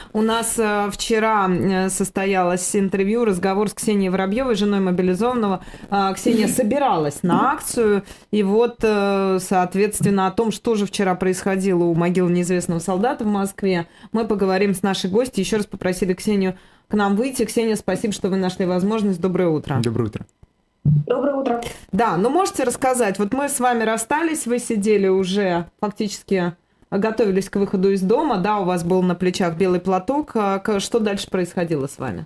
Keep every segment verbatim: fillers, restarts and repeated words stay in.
У нас э, вчера состоялось интервью, разговор с Ксенией Воробьевой, женой мобилизованного. Э, Ксения собиралась на акцию, и вот, э, соответственно, о том, что же вчера происходило у могилы неизвестного солдата в Москве, мы поговорим с нашей гостьей. Еще раз попросили Ксению к нам выйти. Ксения, спасибо, что вы нашли возможность. Доброе утро. Доброе утро. Доброе утро. Да, ну можете рассказать, вот мы с вами расстались, вы сидели уже фактически... готовились к выходу из дома, да, у вас был на плечах белый платок. Что дальше происходило с вами?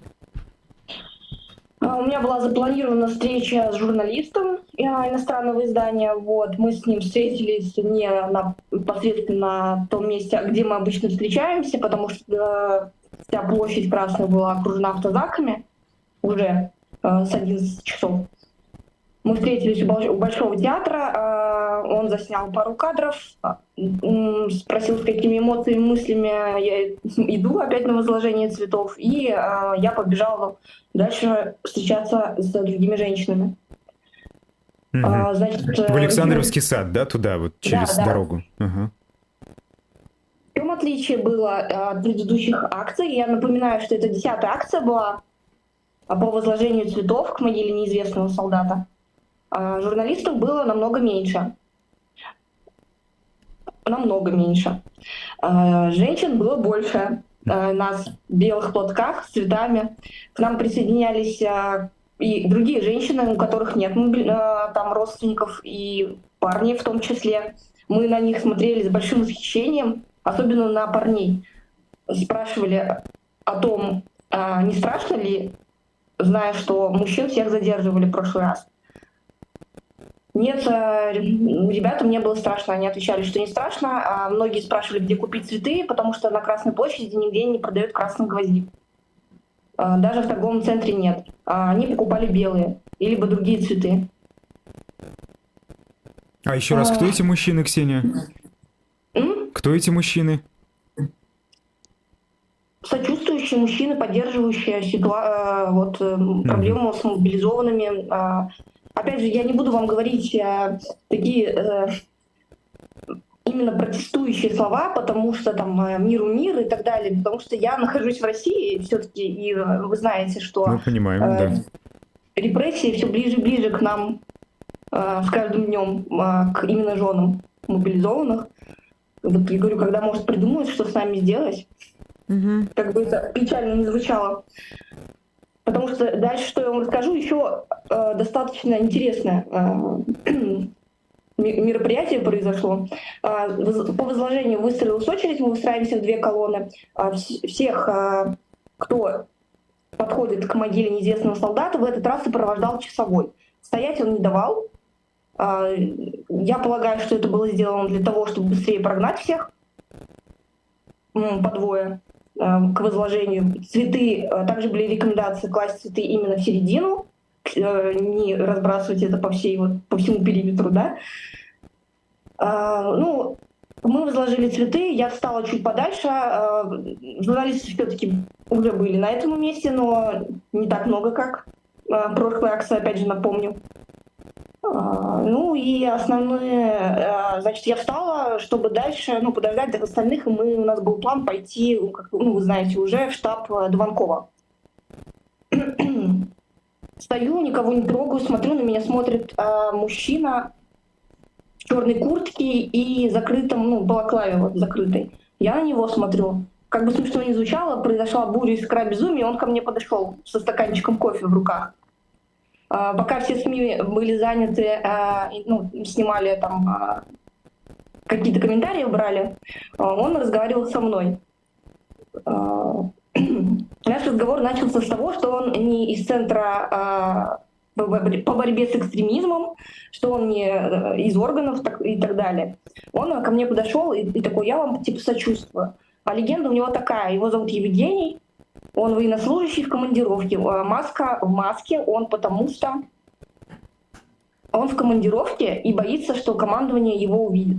У меня была запланирована встреча с журналистом иностранного издания. Вот. Мы с ним встретились не на, непосредственно на том месте, где мы обычно встречаемся, потому что вся площадь Красная была окружена автозаками уже э, с одиннадцати часов. Мы встретились у Большого театра, он заснял пару кадров, спросил, с какими эмоциями, мыслями я иду опять на возложение цветов, и я побежала дальше встречаться с другими женщинами. Угу. Значит, в Александровский сад, да, туда, вот через да, дорогу? Да. Угу. В чем отличие было от предыдущих акций? Я напоминаю, что это десятая акция была по возложению цветов к могиле неизвестного солдата. Журналистов было намного меньше. Намного меньше. Женщин было больше. Нас в белых платках с цветами. К нам присоединялись и другие женщины, у которых нет там родственников, и парни в том числе. Мы на них смотрели с большим восхищением, особенно на парней. Спрашивали о том, не страшно ли, зная, что мужчин всех задерживали в прошлый раз. Нет, ребятам не было страшно, они отвечали, что не страшно. А многие спрашивали, где купить цветы, потому что на Красной площади нигде не продают красных гвоздик. Даже в торговом центре нет. Они покупали белые, либо другие цветы. А еще раз, кто эти мужчины, Ксения? М? Кто эти мужчины? Сочувствующие мужчины, поддерживающие ситуа- вот, проблему mm-hmm. с мобилизованными. Опять же, я не буду вам говорить а, такие э, именно протестующие слова, потому что там миру мир и так далее, потому что я нахожусь в России все-таки, и вы знаете, что Мы понимаем, э, да. репрессии все ближе и ближе к нам э, с каждым днем, э, к именно женам мобилизованных. Вот я говорю, когда, может, придумают, что с нами сделать, угу. как бы это печально не звучало. Потому что дальше, что я вам расскажу, еще э, достаточно интересное э, мероприятие произошло. Э, по возложению выстроилась очередь, мы выстраиваемся в две колонны. Э, всех, э, кто подходит к могиле неизвестного солдата, в этот раз сопровождал часовой. Стоять он не давал. Э, я полагаю, что это было сделано для того, чтобы быстрее прогнать всех э, по двое. К возложению. Цветы, также были рекомендации класть цветы именно в середину, не разбрасывать это по, всей, вот, по всему периметру, да. Ну, мы возложили цветы, я встала чуть подальше, журналисты все-таки уже были на этом месте, но не так много, как прошлая акция, опять же, напомню. Ну и основные, значит, я встала, чтобы дальше, ну, подождать до остальных, и мы, у нас был план пойти, как, ну, вы знаете, уже в штаб Дованкова. Стою, никого не трогаю, смотрю, на меня смотрит а, мужчина в черной куртке и закрытом, ну, балаклаве вот закрытой. Я на него смотрю. Как бы смешно ни звучало, произошла буря искра безумия, он ко мне подошел со стаканчиком кофе в руках. Пока все СМИ были заняты, ну, снимали там какие-то комментарии, брали, он разговаривал со мной. Наш разговор начался с того, что он не из центра по борьбе с экстремизмом, что он не из органов и так далее. Он ко мне подошел и, и такой: я вам типа сочувствую. А легенда у него такая, его зовут Евгений. Он военнослужащий в командировке. Маска в маске, он потому что он в командировке и боится, что командование его увидит.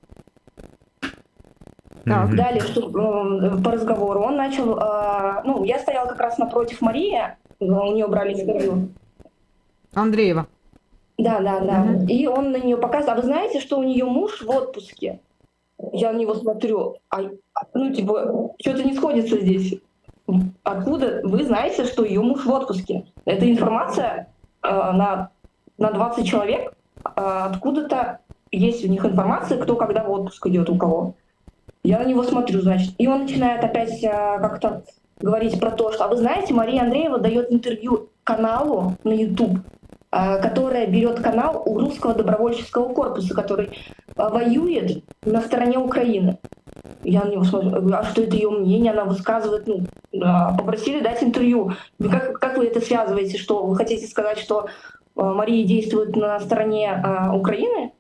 Так, mm-hmm. Далее, что, по разговору, он начал... Ну, я стояла как раз напротив Марии, у нее брали интервью. Андреева. Да, да, да. Mm-hmm. И он на нее показывает: а вы знаете, что у нее муж в отпуске? Я на него смотрю, а, ну, типа, что-то не сходится здесь. Откуда вы знаете, что ее муж в отпуске? Эта информация э, на, на двадцать человек, э, откуда-то есть у них информация, кто когда в отпуск идет, у кого. Я на него смотрю, значит. И он начинает опять э, как-то говорить про то, что, а вы знаете, Мария Андреева дает интервью каналу на YouTube, э, которая берет канал у русского добровольческого корпуса, который э, воюет на стороне Украины. Я на него смотрю, а что это ее мнение, она высказывает, ну, попросили дать интервью. Как, как вы это связываете, что вы хотите сказать, что Мария действует на стороне а, Украины?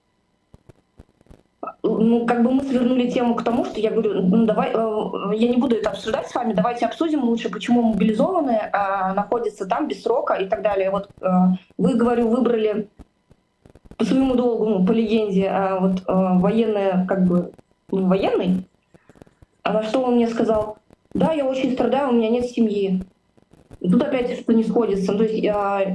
Ну, как бы мы свернули тему к тому, что я говорю, ну, давай, я не буду это обсуждать с вами, давайте обсудим лучше, почему мобилизованные а, находятся там без срока и так далее. Вот а, вы, говорю, выбрали по своему долгу, ну, по легенде, а, вот а, военные, как бы, военный, а на что он мне сказал, да, я очень страдаю, у меня нет семьи. И тут опять что-то не сходится. То есть а,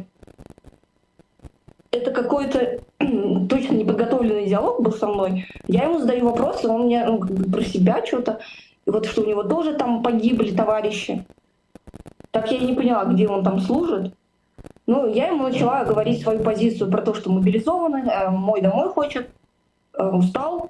это какой-то точно неподготовленный диалог был со мной. Я ему задаю вопросы, он мне ну, про себя что-то, и вот что у него тоже там погибли товарищи. Так я и не поняла, где он там служит. Ну, я ему начала говорить свою позицию про то, что мобилизованный, э, мой домой хочет, э, устал,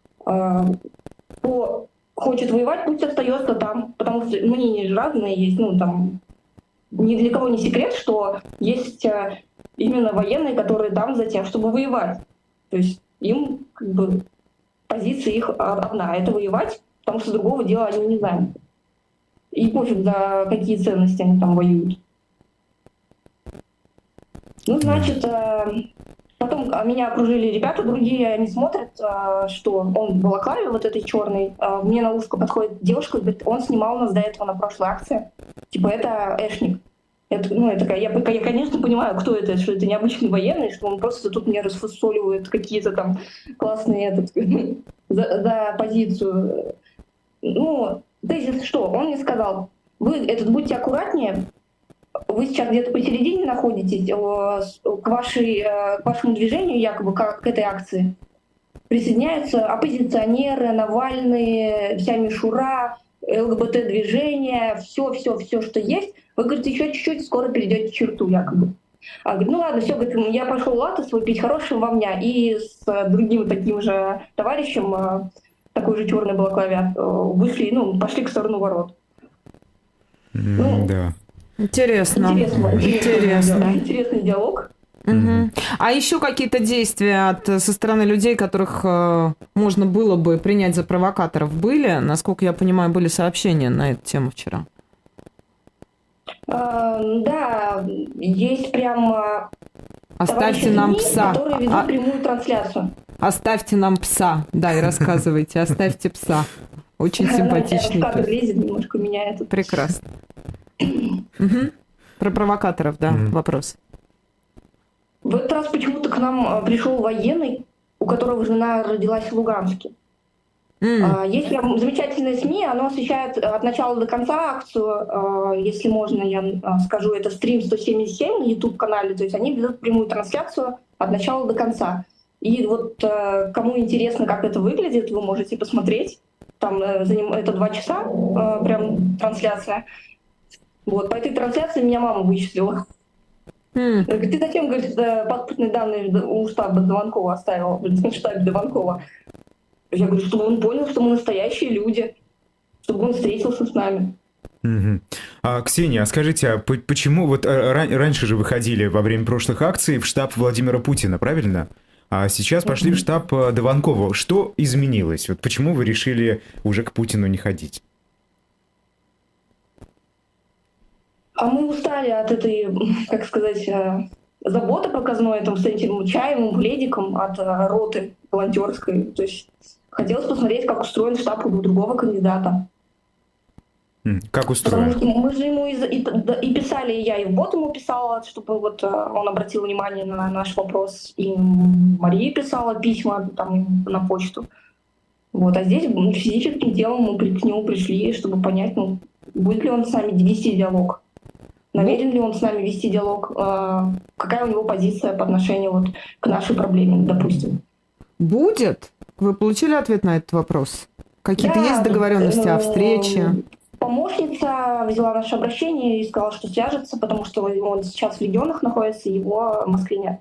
кто хочет воевать, пусть остается там, потому что мнения же разные есть, ну там ни для кого не секрет, что есть именно военные, которые там за тем, чтобы воевать. То есть им как бы позиция их одна, это воевать, потому что другого дела они не знают. И пофиг, за какие ценности они там воюют. Ну, значит, потом меня окружили ребята другие, они смотрят, что он в балаклаве вот этой черной. Мне на ушко подходит девушка и говорит, он снимал нас до этого на прошлой акции. Типа, это Эшник. Это, ну, это, я, я, конечно, понимаю, кто это, что это необычный военный, что он просто тут мне расфасоливает какие-то там классные этот, за, за позицию. Ну, тезис что? Он мне сказал, вы этот будьте аккуратнее, вы сейчас где-то посередине находитесь, к, вашей, к вашему движению, якобы к, к этой акции, присоединяются оппозиционеры, Навальный, вся мишура, ЛГБТ-движение, все-все-все, что есть. Вы, говорите, еще чуть-чуть, скоро перейдете черту, якобы. А говорит, ну ладно, все, говорит, я пошел латте свой пить, хорошего вам дня. И с другим таким же товарищем, такой же черный балаклаве, вышли, ну, пошли к сторону ворот. Mm, ну, да. Интересно. Интересно. Интересно. Интересный диалог. Угу. Mm-hmm. А еще какие-то действия от, со стороны людей, которых э, можно было бы принять за провокаторов, были? Насколько я понимаю, были сообщения на эту тему вчера. Uh, да, есть прям Оставьте нам СМИ, пса. которые ведут а... прямую трансляцию. Оставьте нам пса. Да, и рассказывайте. Оставьте пса. Очень симпатичный пес. Лезет, немножко меняет. Прекрасно. Про провокаторов, да, вопрос. В этот раз почему-то к нам пришел военный, у которого жена родилась в Луганске. Mm. Есть прям замечательные СМИ, оно освещает от начала до конца акцию. Если можно, я скажу, это стрим сто семьдесят семь на YouTube-канале, то есть они ведут прямую трансляцию от начала до конца. И вот кому интересно, как это выглядит, вы можете посмотреть. Там это два часа, прям трансляция. Вот, по этой трансляции меня мама вычислила. Mm. Ты зачем, говорит, паспортные данные у штаба Дованкова оставила, в штабе Дованкова? Я говорю, чтобы он понял, что мы настоящие люди, чтобы он встретился с нами. Угу. А, Ксения, а скажите, а почему вот раньше же выходили во время прошлых акций в штаб Владимира Путина, правильно? А сейчас пошли mm-hmm. в штаб Дованкова. Что изменилось? Вот почему вы решили уже к Путину не ходить? А мы устали от этой, как сказать, заботы показной, там, с этим чаем, пледиком от роты волонтерской. То есть хотелось посмотреть, как устроен штаб у другого кандидата. Как устроен? Потому что мы же ему и, и, и писали, и я и в бот ему писала, чтобы вот он обратил внимание на наш вопрос, и Мария писала письма там, на почту. Вот. А здесь физическим делом мы к нему пришли, чтобы понять, ну, будет ли он с нами вести диалог. Намерен ли он с нами вести диалог? Какая у него позиция по отношению вот к нашей проблеме, допустим? Будет. Вы получили ответ на этот вопрос? Какие-то Да, есть договоренности о встрече? Помощница взяла наше обращение и сказала, что свяжется, потому что он сейчас в регионах находится, его в Москве нет.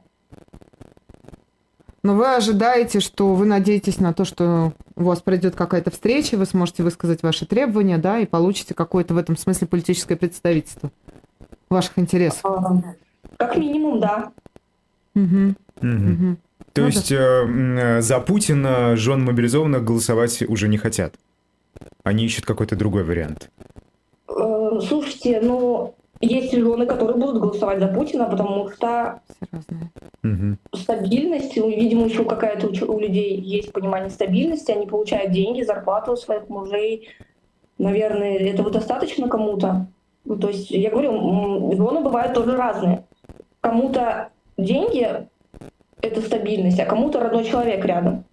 Но вы ожидаете, что вы надеетесь на то, что у вас пройдет какая-то встреча, вы сможете высказать ваши требования, да, и получите какое-то в этом смысле политическое представительство ваших интересов. Как минимум, да. Угу. Угу. Угу. То Ну есть э, за Путина жен мобилизованных голосовать уже не хотят? Они ищут какой-то другой вариант? Э, Слушайте, ну, есть жены, которые будут голосовать за Путина, потому что Все разные. Угу. стабильность, ну, видимо, еще какая-то у, у людей есть понимание стабильности, они получают деньги, зарплату у своих мужей. Наверное, этого достаточно кому-то. Ну, то есть, я говорю, м, жены бывают тоже разные. Кому-то деньги — это стабильность, а кому-то родной человек рядом.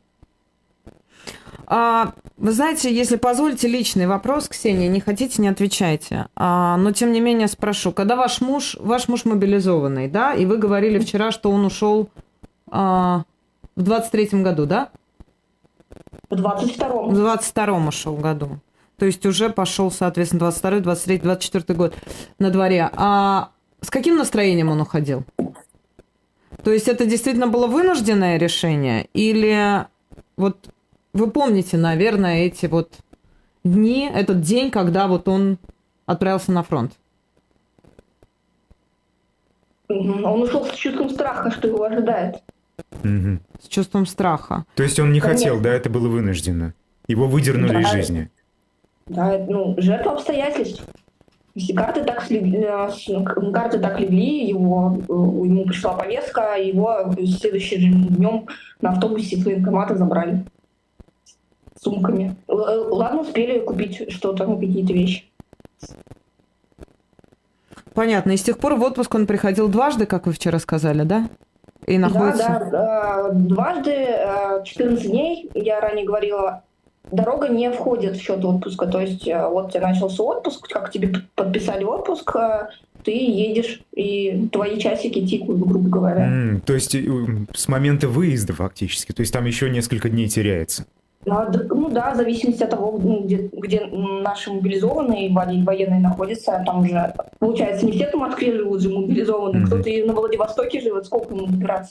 А, вы знаете, если позволите, личный вопрос, Ксения, не хотите, не отвечайте. А, но, тем не менее, спрошу. Когда ваш муж, ваш муж мобилизованный, да, и вы говорили вчера, что он ушел а, в двадцать третьем году, да? В двадцать втором. В двадцать втором ушел году. То есть уже пошел, соответственно, двадцать второй, двадцать третий, двадцать четвёртый год на дворе. А с каким настроением он уходил? То есть это действительно было вынужденное решение? Или вот вы помните, наверное, эти вот дни, этот день, когда вот он отправился на фронт? Он ушел с чувством страха, что его ожидает. Угу. С чувством страха. То есть он не Конечно. хотел, да, это было вынуждено? Его выдернули Да. из жизни? Да, ну, жертва обстоятельств. Если карты так, слегли, карты так легли, его, ему пришла повестка, его следующим днем на автобусе с военкомата забрали с сумками. Л- Ладно, успели купить что-то, ну, какие-то вещи. Понятно. И с тех пор в отпуск он приходил дважды, как вы вчера сказали, да? И находится... Да, да, э, дважды, э, четырнадцать дней, я ранее говорила, дорога не входит в счет отпуска. То есть э, вот тебе начался отпуск, как тебе подписали отпуск, э, ты едешь, и твои часики тикают, грубо говоря. М, то есть э, с момента выезда фактически, то есть там еще несколько дней теряется. А, д- Ну да, в зависимости от того, ну, где, где наши мобилизованные воен- военные находятся, там уже, получается, не все в Москве живут же мобилизованные, Мгм. кто-то и на Владивостоке живет, сколько ему добираться.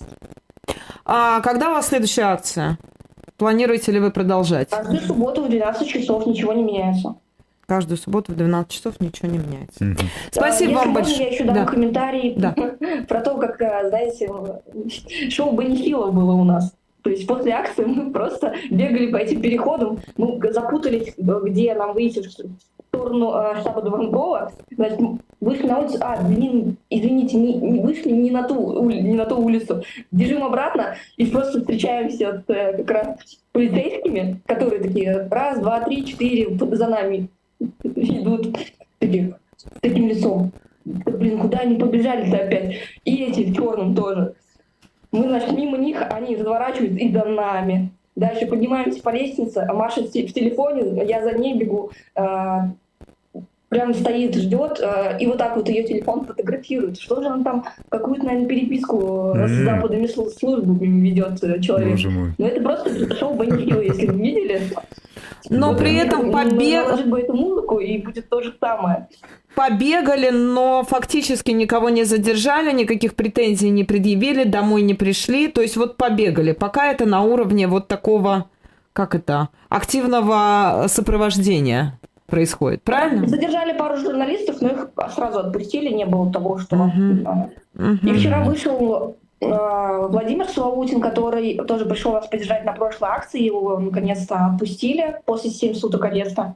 А когда у вас следующая акция? Планируете ли вы продолжать? Каждую субботу в двенадцать часов ничего не меняется. Каждую субботу в двенадцать часов ничего не меняется. Мгм. Спасибо Если вам можно, большое. я еще дам Да. комментарий Да. про то, как, э, знаете, шоу Бенихилла было у нас. То есть после акции мы просто бегали по этим переходам, мы запутались, где нам выйти в сторону э, штаба Дуванкова. Значит, вышли на улицу, а, блин, извините, не, не вышли не на, ту, ули- не на ту улицу. Бежим обратно и просто встречаемся с э, как раз полицейскими, которые такие раз, два, три, четыре за нами идут таких, с таким лицом. Блин, куда они побежали-то опять? И эти в черном тоже. Мы, значит, мимо них, они разворачиваются и за нами. Дальше поднимаемся по лестнице, а Маша в те- в телефоне, я за ней бегу, а, прям стоит, ждет, а, и вот так вот ее телефон фотографирует. Что же он там, какую-то, наверное, переписку с М. западными слу- службами ведет э, человек. Боже мой. Ну это просто шоу Бенихилла, если вы видели. Но Вот при мне- этом мне побег... наложить бы эту музыку, и будет то же самое. побегали, но фактически никого не задержали, никаких претензий не предъявили, домой не пришли. То есть вот побегали. Пока это на уровне вот такого, как это, активного сопровождения происходит. Правильно? Задержали пару журналистов, но их сразу отпустили, не было того, что... Мгм. а, Мгм. И вчера вышел э, Владимир Славутин, который тоже пришел нас поддержать на прошлой акции. Его наконец-то отпустили после семь суток ареста.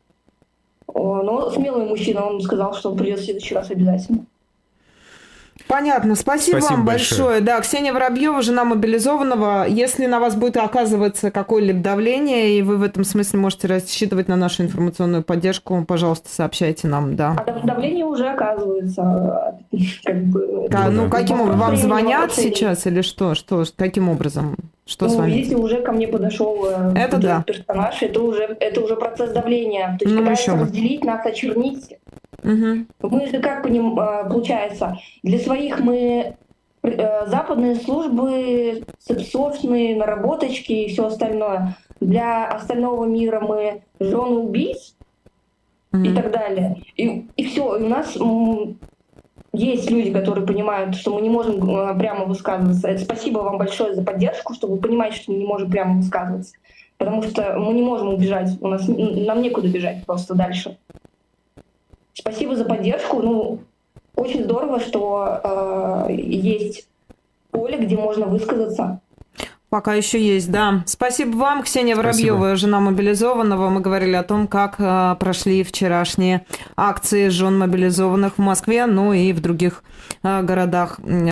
О, Но смелый мужчина, он сказал, что он придет в следующий раз обязательно. Понятно. Спасибо, Спасибо вам большое. большое. Да, Ксения Воробьева, жена мобилизованного. Если на вас будет оказываться какое-либо давление, и вы в этом смысле можете рассчитывать на нашу информационную поддержку, пожалуйста, сообщайте нам, да. А дав- давление уже оказывается. Как бы, А, ну, да. каким образом? Вам Вопрос времени, звонят вопрос времени. сейчас или что? Что? Каким образом? Что с Ну, вами? видите, уже ко мне подошел э, Это уже да. персонаж, это уже, это уже процесс давления. То есть Ну, пытаются еще бы. разделить, нас очернить. Мгм. Мы же как поним, э, получается, для своих мы э, западные службы, спецслужбные наработочки и все остальное. Для остального мира мы жены убийц mm-hmm. и так далее. И, и все. И у нас м, есть люди, которые понимают, что мы не можем э, прямо высказываться. Это спасибо вам большое за поддержку, чтобы вы понимаете, что мы не можем прямо высказываться. Потому что мы не можем убежать. У нас, нам некуда бежать просто дальше. Спасибо за поддержку. Ну, очень здорово, что э, есть поле, где можно высказаться. Пока еще есть, да. Спасибо вам, Ксения Воробьева, Спасибо. Жена мобилизованного. Мы говорили о том, как э, прошли вчерашние акции жен мобилизованных в Москве, ну и в других э, городах.